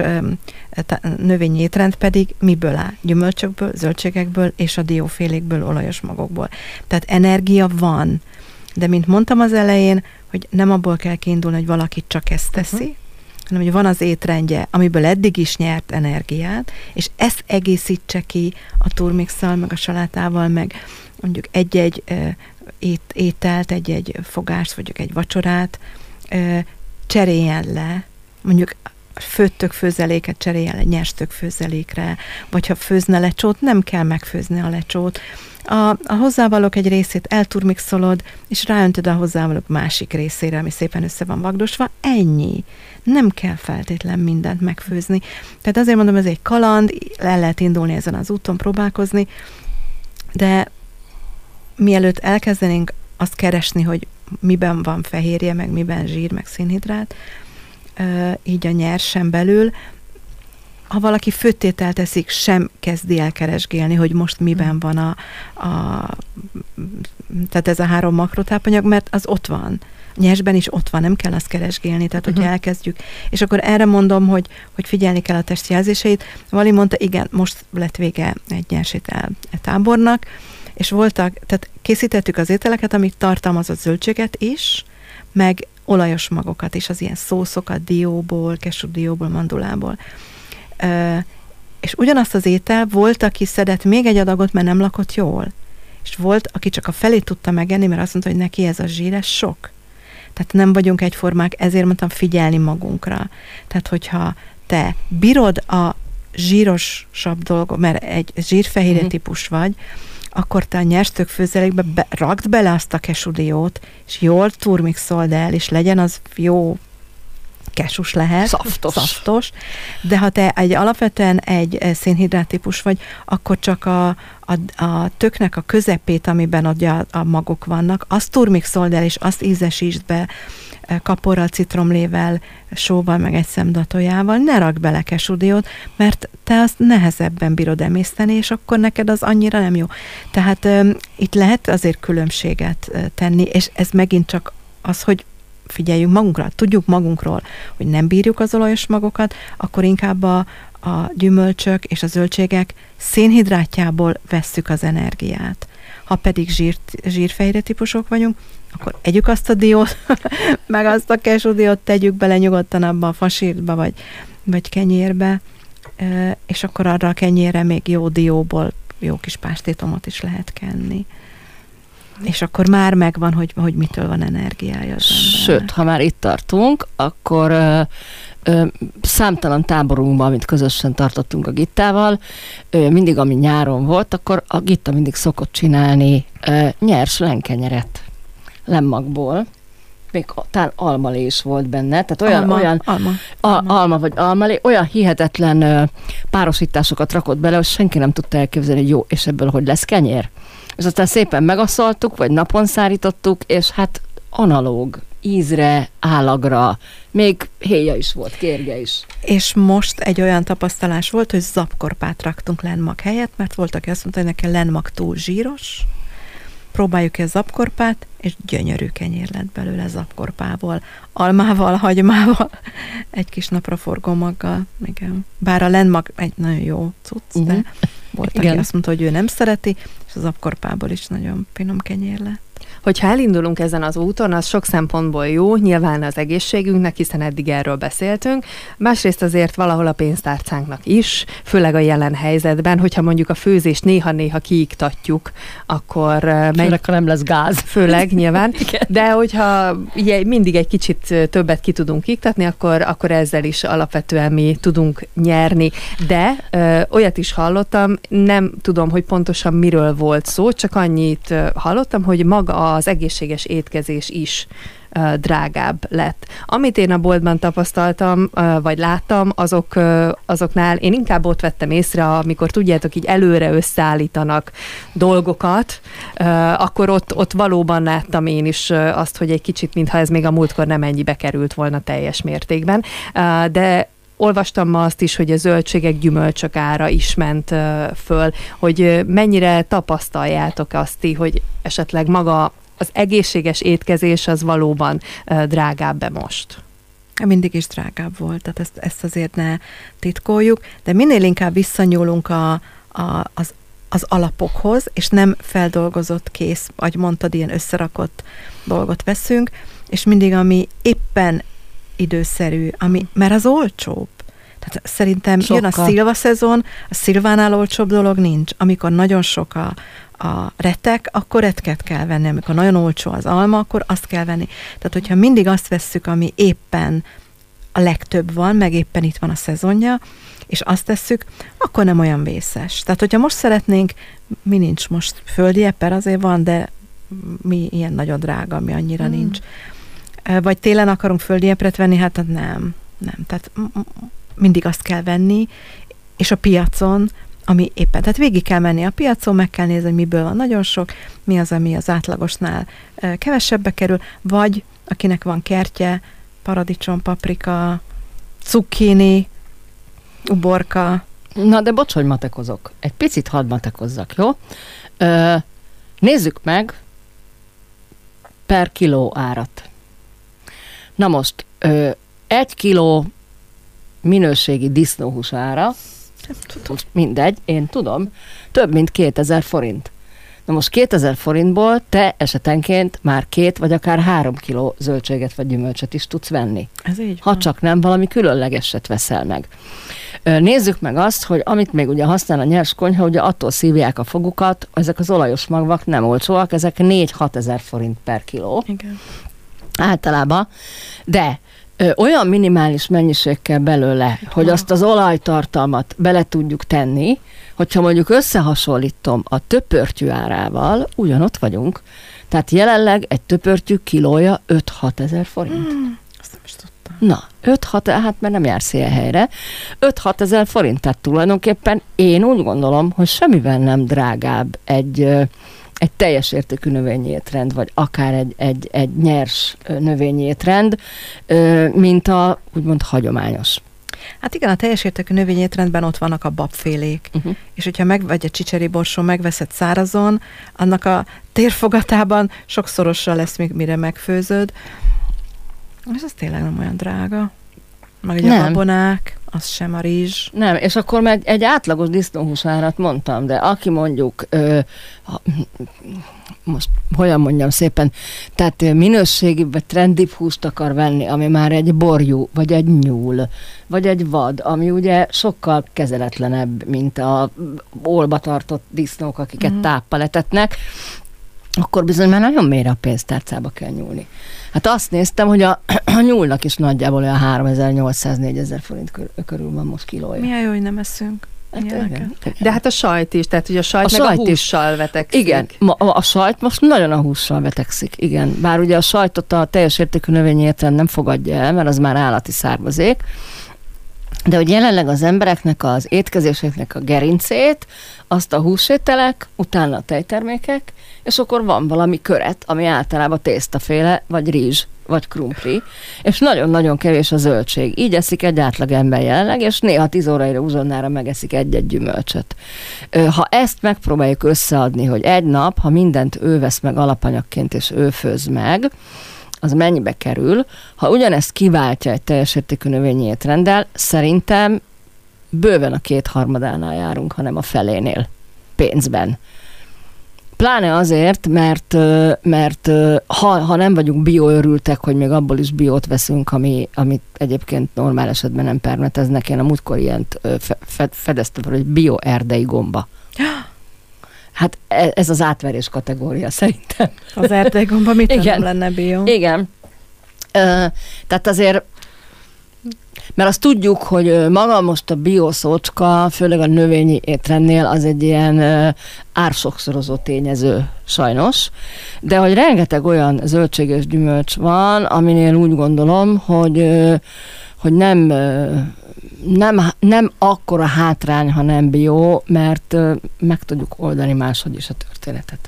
növényi étrend pedig miből áll? Gyümölcsökből, zöldségekből és a diófélékből, olajos magokból. Tehát energia van. De mint mondtam az elején, hogy nem abból kell kiindulni, hogy valaki csak ezt teszi, uh-huh. hanem hogy van az étrendje, amiből eddig is nyert energiát, és ezt egészítse ki a turmixal, meg a salátával, meg mondjuk egy-egy uh, ét, ételt, egy-egy fogást, vagy egy vacsorát uh, cseréljen le, mondjuk főtt tökfőzeléket cseréljen le nyers tökfőzelékre, vagy ha főzne lecsót, nem kell megfőzni a lecsót. A, a hozzávalók egy részét elturmixolod, és ráöntöd a hozzávalók másik részére, ami szépen össze van vagdosva. Ennyi. Nem kell feltétlen mindent megfőzni. Tehát azért mondom, ez egy kaland, el lehet indulni ezen az úton, próbálkozni, de mielőtt elkezdenénk azt keresni, hogy miben van fehérje, meg miben zsír, meg szénhidrát, így a nyersen belül, ha valaki főttételt eszik, sem kezdi el keresgélni, hogy most miben van a, a tehát ez a három makrotápanyag, mert az ott van. Nyersben is ott van, nem kell azt keresgélni, tehát hogyha uh-huh. elkezdjük. És akkor erre mondom, hogy, hogy figyelni kell a testjelzéseit. Vali mondta, igen, most lett vége egy nyersétel tábornak, és voltak, tehát készítettük az ételeket, amik tartalmazott zöldséget is, meg olajos magokat is, az ilyen szószokat, dióból, kesúdióból, mandulából. Uh, és ugyanazt az étel volt, aki szedett még egy adagot, mert nem lakott jól. És volt, aki csak a felét tudta megenni, mert azt mondta, hogy neki ez a zsíres sok. Tehát nem vagyunk egyformák, ezért mondtam figyelni magunkra. Tehát, hogyha te bírod a zsírosabb dolgot, mert egy zsírfehérje uh-huh. típus vagy, akkor te a nyers tökfőzelékbe be, rakd bele azt a kesudiót, és jól turmixold el, és legyen az jó kesus lehet, szaftos. szaftos, de ha te egy alapvetően egy szénhidrát típus vagy, akkor csak a, a, a töknek a közepét, amiben ugye a, a magok vannak, azt turmixold el, és azt ízesítsd be kaporral, citromlével, sóval, meg egy szemdatójával, ne rakd bele kesudiót, mert te azt nehezebben bírod emészteni, és akkor neked az annyira nem jó. Tehát um, itt lehet azért különbséget uh, tenni, és ez megint csak az, hogy figyeljünk magunkra, tudjuk magunkról, hogy nem bírjuk az olajos magokat, akkor inkább a, a gyümölcsök és a zöldségek szénhidrátjából vesszük az energiát. Ha pedig zsír, zsírfehérje típusok vagyunk, akkor együk azt a diót, meg azt a kesudiót tegyük bele nyugodtan abba a fasírtba, vagy, vagy kenyérbe, és akkor arra a kenyérre még jó dióból jó kis pástétomot is lehet kenni. És akkor már megvan, hogy, hogy mitől van energiája az embernek. Sőt, ha már itt tartunk, akkor ö, ö, számtalan táborunkban, amit közösen tartottunk a Gittával, ö, mindig, ami nyáron volt, akkor a Gitta mindig szokott csinálni ö, nyers lenkenyeret lemmagból. Még talán almalé is volt benne, tehát olyan, alma, olyan alma, a, alma. alma vagy almalé, olyan hihetetlen ö, párosításokat rakott bele, hogy senki nem tudta elképzelni, hogy jó, és ebből hogy lesz kenyér. És aztán szépen megaszaltuk, vagy napon szárítottuk, és hát analóg, ízre, állagra, még héja is volt, kérge is. És most egy olyan tapasztalás volt, hogy zapkorpát raktunk lenmag helyett, mert volt, aki azt mondta, hogy nekem lenmag túl zsíros, próbáljuk ki a zapkorpát, és gyönyörű kenyér lett belőle zapkorpából, almával, hagymával, egy kis napraforgó maggal, igen. Bár a lenmag egy nagyon jó cucc, uh-huh. de Volt, Igen. aki azt mondta, hogy ő nem szereti, és az apkorpából is nagyon finom kenyér lett. Hogyha elindulunk ezen az úton, az sok szempontból jó, nyilván az egészségünknek, hiszen eddig erről beszéltünk, másrészt azért valahol a pénztárcánknak is, főleg a jelen helyzetben, hogyha mondjuk a főzést néha-néha kiiktatjuk, akkor... Főleg, ha nem lesz gáz. Főleg, nyilván. De hogyha ugye, mindig egy kicsit többet ki tudunk iktatni, akkor, akkor ezzel is alapvetően mi tudunk nyerni. De ö, olyat is hallottam, nem tudom, hogy pontosan miről volt szó, csak annyit ö, hallottam, hogy maga az egészséges étkezés is uh, drágább lett. Amit én a boltban tapasztaltam, uh, vagy láttam, azok, uh, azoknál én inkább ott vettem észre, amikor tudjátok, így előre összeállítanak dolgokat, uh, akkor ott, ott valóban láttam én is uh, azt, hogy egy kicsit, mintha ez még a múltkor nem ennyibe került volna teljes mértékben. Uh, de olvastam ma azt is, hogy a zöldségek, gyümölcsök ára is ment uh, föl, hogy uh, mennyire tapasztaljátok azt ti, hogy esetleg maga az egészséges étkezés az valóban uh, drágább-e most? Mindig is drágább volt, tehát ezt, ezt azért ne titkoljuk, de minél inkább visszanyúlunk a, a, az, az alapokhoz, és nem feldolgozott kész, ahogy mondtad, ilyen összerakott dolgot veszünk, és mindig ami éppen időszerű, ami, mert az olcsóbb. Tehát szerintem Sokkal. jön a szilvaszezon, a szilvánál olcsóbb dolog nincs. Amikor nagyon sok a, a retek, akkor retket kell venni. Amikor nagyon olcsó az alma, akkor azt kell venni. Tehát, hogyha mindig azt vesszük, ami éppen a legtöbb van, meg éppen itt van a szezonja, és azt tesszük, akkor nem olyan vészes. Tehát, hogyha most szeretnénk, mi nincs most földi eper, azért van, de mi ilyen nagyon drága, mi annyira hmm. nincs. Vagy télen akarunk földi epret venni, hát nem, nem. Tehát mindig azt kell venni, és a piacon, ami éppen, tehát végig kell menni a piacon, meg kell nézni, hogy miből van nagyon sok, mi az, ami az átlagosnál kevesebbe kerül, vagy akinek van kertje, paradicsom, paprika, cukkini, uborka. Na, de bocs, hogy matekozok. Egy picit hadd matekozzak, jó? Ö, nézzük meg per kiló árat. Na most, ö, egy kiló minőségi disznóhús ára, most mindegy, én tudom, több mint kétezer forint. Na most kétezer forintból te esetenként már két vagy akár három kiló zöldséget vagy gyümölcsöt is tudsz venni. Ez így ha van. csak nem valami különlegeset veszel meg. Nézzük meg azt, hogy amit még ugye használ a nyers konyha, ugye attól szívják a fogukat, ezek az olajos magvak nem olcsóak, ezek négy-hat ezer forint per kiló. Igen. Általában, de ö, olyan minimális mennyiség kell belőle, hogy azt az olajtartalmat bele tudjuk tenni, hogyha mondjuk összehasonlítom a töpörtyű árával, ugyanott vagyunk, tehát jelenleg egy töpörtyű kilója öt-hat ezer forint. Hmm, azt nem is tudtam. Na, öt-hat, hát mert nem jársz ilyen helyre, öt-hat ezer forint, tehát tulajdonképpen én úgy gondolom, hogy semmivel nem drágább egy... egy teljes értékű növényi étrend, vagy akár egy, egy, egy nyers növényi étrend, mint a úgymond hagyományos. Hát igen, a teljes értékű növényi étrendben ott vannak a babfélék, uh-huh. és hogyha meg, vagy egy csicseri borsó megveszed szárazon, annak a térfogatában sokszorosra lesz, mire megfőzöd. És az tényleg nem olyan drága. Meg ugye a babonák, az sem a rizs. Nem, és akkor meg egy átlagos disznóhúsárat mondtam, de aki mondjuk, ö, most hogyan mondjam szépen, tehát minőségi vagy trendibb húst akar venni, ami már egy borjú, vagy egy nyúl, vagy egy vad, ami ugye sokkal kezeletlenebb, mint a olba tartott disznók, akiket mm. táppal etetnek, akkor bizony már nagyon mélyre a pénztárcába kell nyúlni. Hát azt néztem, hogy a, a nyúlnak is nagyjából olyan háromezer-nyolcszáz-négyezer forint kör, körül van most kilója. Mi a jó, hogy nem eszünk? Hát igen. De hát a sajt is, tehát ugye a sajt a meg sajt a hússal vetekszik. Igen, ma, a sajt most nagyon a hússal vetekszik, igen. Bár ugye a sajtot a teljes értékű növényi étrend nem fogadja el, mert az már állati származék, de hogy jelenleg az embereknek az étkezéseknek a gerincét, azt a húsételek, utána a tejtermékek, és akkor van valami köret, ami általában tésztaféle, vagy rizs, vagy krumpli, és nagyon-nagyon kevés a zöldség. Így eszik egy átlag ember jelenleg, és néha tíz óraira uzsonnára megeszik egy-egy gyümölcsöt. Ha ezt megpróbáljuk összeadni, hogy egy nap, ha mindent ő vesz meg alapanyagként, és ő főz meg, az mennyibe kerül. Ha ugyanezt kiváltja egy teljes értékű növényi étrenddel, szerintem bőven a kétharmadánál járunk, hanem a felénél pénzben. Pláne azért, mert, mert ha, ha nem vagyunk bioörültek, hogy még abból is biót veszünk, ami, amit egyébként normál esetben nem permeteznek. Én a múltkor ilyent fe, fe, fedeztem, hogy bio-erdei gomba. Hát ez az átverés kategória szerintem. Az erdei gomba mit Igen. nem lenne bio? Igen. Tehát azért, mert azt tudjuk, hogy maga most a bioszócska, főleg a növényi étrendnél az egy ilyen ársokszorozó tényező sajnos, de hogy rengeteg olyan zöldség és gyümölcs van, aminél úgy gondolom, hogy, hogy nem, nem, nem akkora hátrány, ha nem bio, mert meg tudjuk oldani máshogy is a történetet.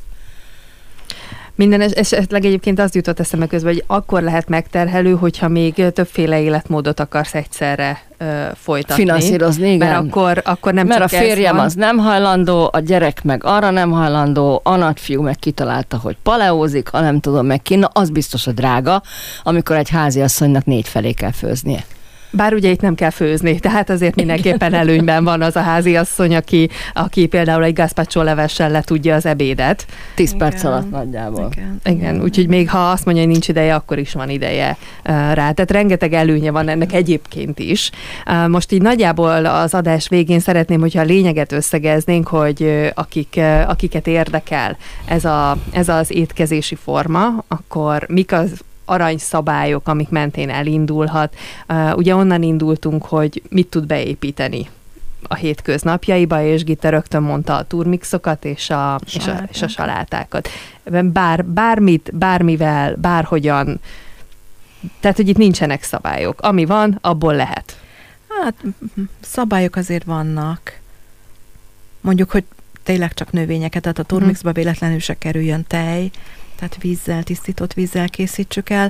Minden esetleg egyébként az jutott eszembe közben, hogy akkor lehet megterhelő, hogyha még többféle életmódot akarsz egyszerre ö, folytatni. Finanszírozni, igen. Mert akkor, akkor nem Mert csak a férjem ez az nem hajlandó, a gyerek meg arra nem hajlandó, a nagyfiú meg kitalálta, hogy paleózik, a nem tudom meg ki, na az biztos, hogy drága, amikor egy háziasszonynak négy felé kell főznie. Bár ugye itt nem kell főzni, tehát azért mindenképpen előnyben van az a háziasszony, aki, aki például egy gazpacho levessel le tudja az ebédet. Tíz Igen. perc alatt nagyjából. Igen. Igen, úgyhogy még ha azt mondja, hogy nincs ideje, akkor is van ideje uh, rá. Tehát rengeteg előnye van ennek egyébként is. Uh, most így nagyjából az adás végén szeretném, hogyha a lényeget összegeznénk, hogy uh, akik, uh, akiket érdekel ez, a, ez az étkezési forma, akkor mik az aranyszabályok, amik mentén elindulhat. Uh, ugye onnan indultunk, hogy mit tud beépíteni a hétköznapjaiba, és Gitta rögtön mondta a turmixokat és a, és a, és a salátákat. Bár, bármit, bármivel, bárhogyan, tehát, hogy itt nincsenek szabályok. Ami van, abból lehet. Hát szabályok azért vannak. Mondjuk, hogy tényleg csak növényeket, tehát a turmixba véletlenül se kerüljön tej, tehát vízzel, tisztított vízzel készítsük el.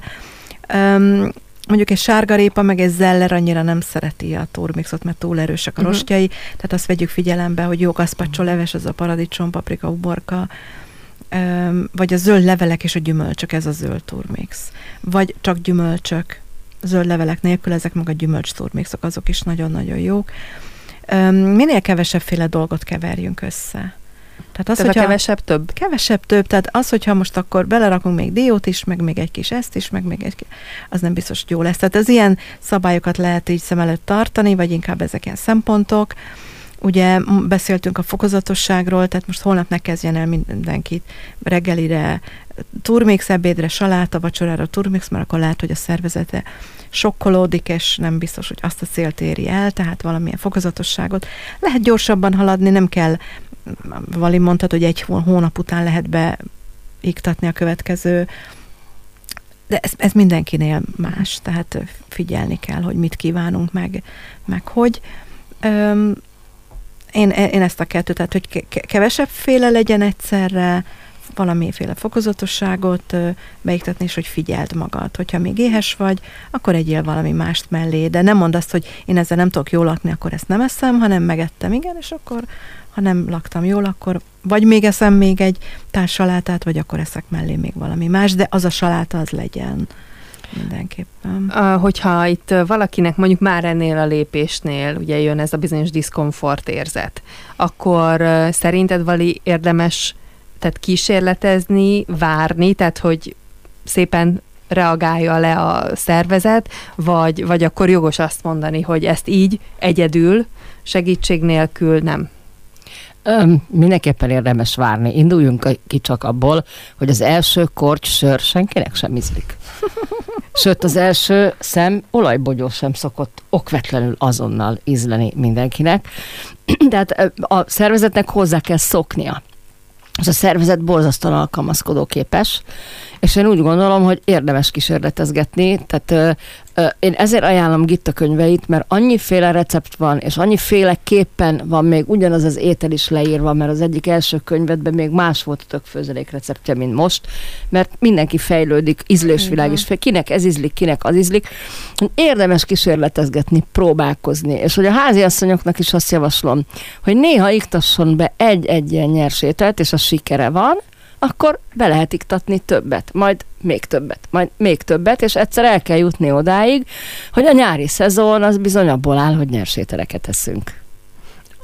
Um, mondjuk egy sárgarépa, meg egy zeller annyira nem szereti a turmixot, mert túl erősek a uh-huh. rostjai, tehát azt vegyük figyelembe, hogy jó gazpacho leves, az a paradicsom, paprika, uborka, um, vagy a zöld levelek és a gyümölcsök, ez a zöld turmix. Vagy csak gyümölcsök, zöld levelek nélkül, ezek meg a gyümölcs turmixok, azok is nagyon-nagyon jók. Um, minél kevesebbféle dolgot keverjünk össze. Tehát, az, tehát hogyha, a kevesebb több? Kevesebb több, tehát az, hogyha most akkor belerakunk még diót is, meg még egy kis ezt is, meg még egy kis, az nem biztos, hogy jó lesz. Tehát az ilyen szabályokat lehet így szem előtt tartani, vagy inkább ezek ilyen szempontok. Ugye beszéltünk a fokozatosságról, tehát most holnap ne kezdjen el mindenkit reggelire, turmix, ebédre, saláta, vacsorára turmix, mert akkor lehet, hogy a szervezete sokkolódik, és nem biztos, hogy azt a célt éri el, tehát valamilyen fokozatosságot. Lehet gyorsabban haladni, nem kell, Vali mondtad, hogy egy hónap után lehet beiktatni a következő, de ez, ez mindenkinél más, tehát figyelni kell, hogy mit kívánunk, meg, meg hogy. Öm, én, én ezt a kettőt, tehát hogy kevesebb féle legyen egyszerre, valamiféle fokozatosságot ö, beiktatni, és hogy figyeld magad. Hogyha még éhes vagy, akkor egyél valami mást mellé, de nem mondd azt, hogy én ezzel nem tudok jól lakni, akkor ezt nem eszem, hanem megettem, igen, és akkor, ha nem laktam jól, akkor vagy még eszem még egy társalátát, vagy akkor eszek mellé még valami más, de az a saláta az legyen mindenképpen. Uh, hogyha itt valakinek mondjuk már ennél a lépésnél ugye jön ez a bizonyos diszkomfort érzet, akkor uh, szerinted Vali érdemes tehát kísérletezni, várni, tehát hogy szépen reagálja le a szervezet, vagy, vagy akkor jogos azt mondani, hogy ezt így egyedül, segítség nélkül nem? Öm, mindenképpen érdemes várni. Induljunk ki csak abból, hogy az első korty sör senkinek sem ízlik. Sőt, az első szem olajbogyó sem szokott okvetlenül azonnal ízleni mindenkinek. Tehát a szervezetnek hozzá kell szoknia. És a szervezet borzasztóan alkalmazkodóképes, és én úgy gondolom, hogy érdemes kísérletezgetni, tehát ö, ö, én ezért ajánlom Gitta könyveit, mert annyiféle recept van, és annyiféleképpen van még ugyanaz az étel is leírva, mert az egyik első könyvedben még más volt a többfőzelék receptje, mint most, mert mindenki fejlődik, ízlésvilág is, kinek ez ízlik, kinek az ízlik. Érdemes kísérletezgetni, próbálkozni, és hogy a háziasszonyoknak is azt javaslom, hogy néha iktasson be egy-egy ilyen nyers ételt, és a sikere van, akkor be lehet iktatni többet, majd még többet, majd még többet, és egyszer el kell jutni odáig, hogy a nyári szezon az bizony abból áll, hogy nyers ételeket eszünk.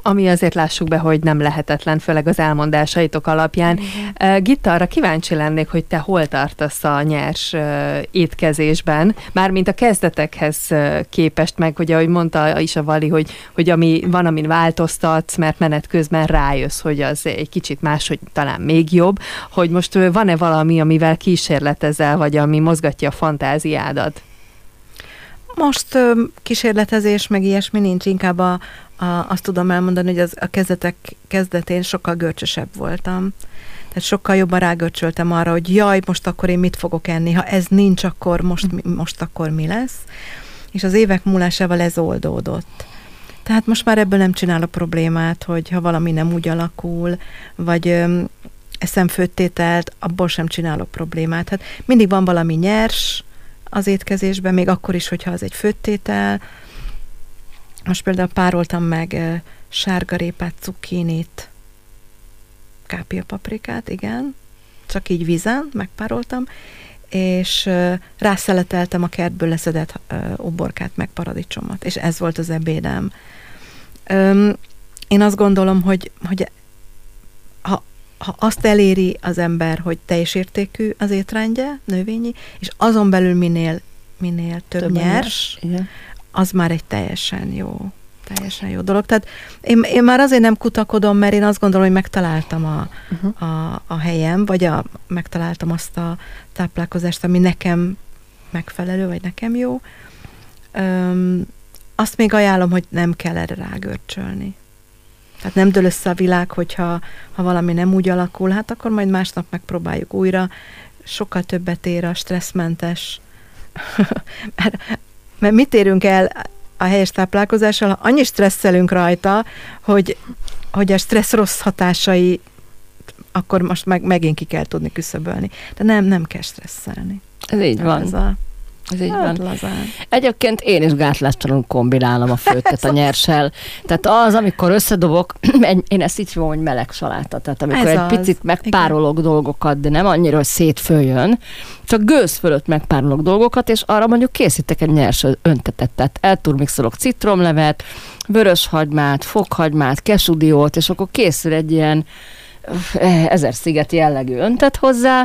Ami azért lássuk be, hogy nem lehetetlen, főleg az elmondásaitok alapján. Igen. Gitta, arra kíváncsi lennék, hogy te hol tartasz a nyers étkezésben, mármint a kezdetekhez képest, meg, hogy ahogy mondta is a Vali, hogy, hogy ami van, amin változtatsz, mert menet közben rájössz, hogy az egy kicsit más, hogy talán még jobb, hogy most van-e valami, amivel kísérletezel, vagy ami mozgatja a fantáziádat? Most ö, kísérletezés, meg ilyesmi nincs, inkább a, a, azt tudom elmondani, hogy az, a kezdetek kezdetén sokkal görcsösebb voltam. Tehát sokkal jobban rágörcsöltem arra, hogy jaj, most akkor én mit fogok enni, ha ez nincs, akkor most, most akkor mi lesz. És az évek múlásával ez oldódott. Tehát most már ebből nem csinálok problémát, hogy ha valami nem úgy alakul, vagy ö, eszem főttételt, abból sem csinálok problémát. Hát mindig van valami nyers az étkezésben, még akkor is, hogyha az egy főttétel. Most például pároltam meg uh, sárgarépát, cukkinit, kápiapaprikát, igen, csak így vízen megpároltam, és uh, rászeleteltem a kertből leszedett uh, uborkát, meg paradicsomot, és ez volt az ebédem. Um, én azt gondolom, hogy, hogy ha ha azt eléri az ember, hogy teljes értékű az étrendje, növényi, és azon belül minél, minél több, több nyers, nyers az már egy teljesen jó, teljesen jó dolog. Tehát én, én már azért nem kutakodom, mert én azt gondolom, hogy megtaláltam a, uh-huh. a, a helyem, vagy a, megtaláltam azt a táplálkozást, ami nekem megfelelő, vagy nekem jó. Öm, azt még ajánlom, hogy nem kell erre rágörcsölni. Tehát nem dől össze a világ, hogyha ha valami nem úgy alakul, hát akkor majd másnap megpróbáljuk újra. Sokkal többet ér a stresszmentes. mert, mert mit érünk el a helyes táplálkozással, ha annyi stresszelünk rajta, hogy, hogy a stressz rossz hatásai akkor most meg, megint ki kell tudni küszöbölni. De nem, nem kell stresszelni. Ez így hát van. Ez a Ez így hát, van. Lazán. Egyébként én is gátlástalanul kombinálom a főttet a nyerssel. Tehát az, amikor összedobok, én ezt így hívom, hogy meleg saláta. Tehát amikor ez egy az. Picit megpárolok igen. dolgokat, de nem annyira, hogy szétfőjön, csak gőz fölött megpárolok dolgokat, és arra mondjuk készítek egy nyers öntetet. Tehát elturmixolok citromlevet, vöröshagymát, fokhagymát, kesudiót, és akkor készül egy ilyen ezer sziget jellegű öntet hozzá,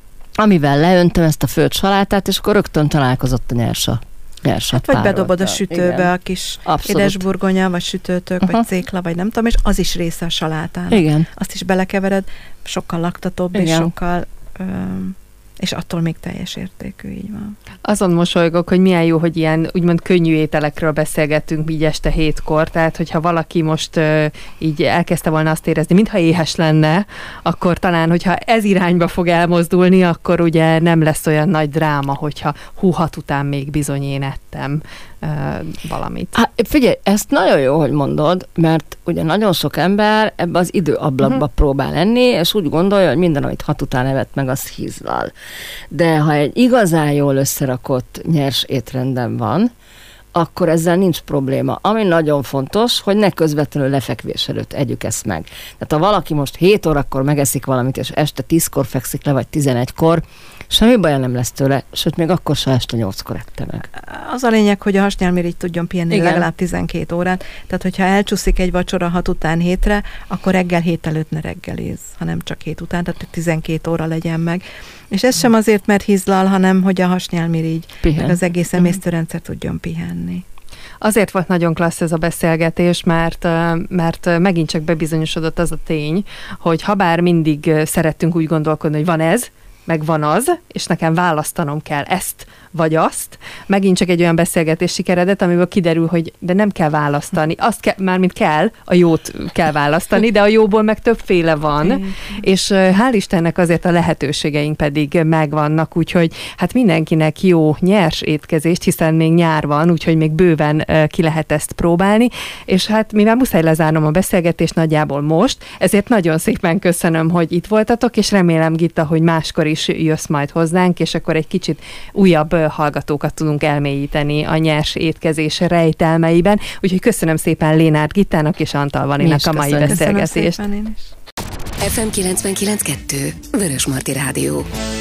amivel leöntöm ezt a főtt salátát, és akkor rögtön találkozott a nyersa. nyersa hát vagy bedobod a sütőbe igen. a kis abszolút. Édesburgonya, vagy sütőtök, uh-huh. vagy cékla, vagy nem tudom, és az is része a salátának. Igen. Azt is belekevered, sokkal laktatóbb, igen. és sokkal... Öm, és attól még teljes értékű, így van. Azon mosolygok, hogy milyen jó, hogy ilyen úgymond könnyű ételekről beszélgettünk így este hétkor, tehát hogyha valaki most uh, így elkezdte volna azt érezni, mintha éhes lenne, akkor talán, hogyha ez irányba fog elmozdulni, akkor ugye nem lesz olyan nagy dráma, hogyha hú, hat után még bizony én ettem uh, valamit. Hát figyelj, ezt nagyon jó, hogy mondod, mert ugye nagyon sok ember ebbe az időablakba uh-huh. próbál enni, és úgy gondolja, hogy minden, amit hat után evett meg, az hízlal. De ha egy igazán jól összerakott nyers étrendem van, akkor ezzel nincs probléma. Ami nagyon fontos, hogy ne közvetlenül lefekvés előtt együk ezt meg. Tehát ha valaki most hét órakor megeszik valamit, és este tízkor fekszik le, vagy tizenegykor, semmi baja nem lesz tőle, sőt, még akkor se este nyolckor ette meg. Az a lényeg, hogy a hasnyálmirigy tudjon pihenni igen. legalább tizenkét órát, tehát hogyha elcsúszik egy vacsora hat után hétre, akkor reggel hét előtt ne reggeliz, hanem csak hét után, tehát két óra legyen meg. És ez sem azért, mert hízlal, hanem hogy a hasnyálmirigy, meg az egész emésztőrendszer tudjon pihenni. Azért volt nagyon klassz ez a beszélgetés, mert, mert megint csak bebizonyosodott az a tény, hogy habár mindig szerettünk úgy gondolkodni, hogy van ez, meg van az, és nekem választanom kell ezt vagy azt. Megint csak egy olyan beszélgetés sikeredett, amiből kiderül, hogy de nem kell választani. Azt kell, mármint kell, a jót kell választani, de a jóból meg többféle van, és hál' Istennek azért a lehetőségeink pedig megvannak, úgyhogy hát mindenkinek jó nyers étkezést, hiszen még nyár van, úgyhogy még bőven ki lehet ezt próbálni, és hát mivel muszáj lezárnom a beszélgetést nagyjából most, ezért nagyon szépen köszönöm, hogy itt voltatok, és remélem, Gitta, hogy máskor is jössz majd hozzánk, és akkor egy kicsit újabb hallgatókat tudunk elmélyíteni a nyers étkezés rejtelmeiben. Úgyhogy köszönöm szépen Lénárd Gittának és Antal Vaninak a mai beszélgetést. Köszönöm szépen én is. ef em kilencvenkilenc kettő Vörösmarty Rádió.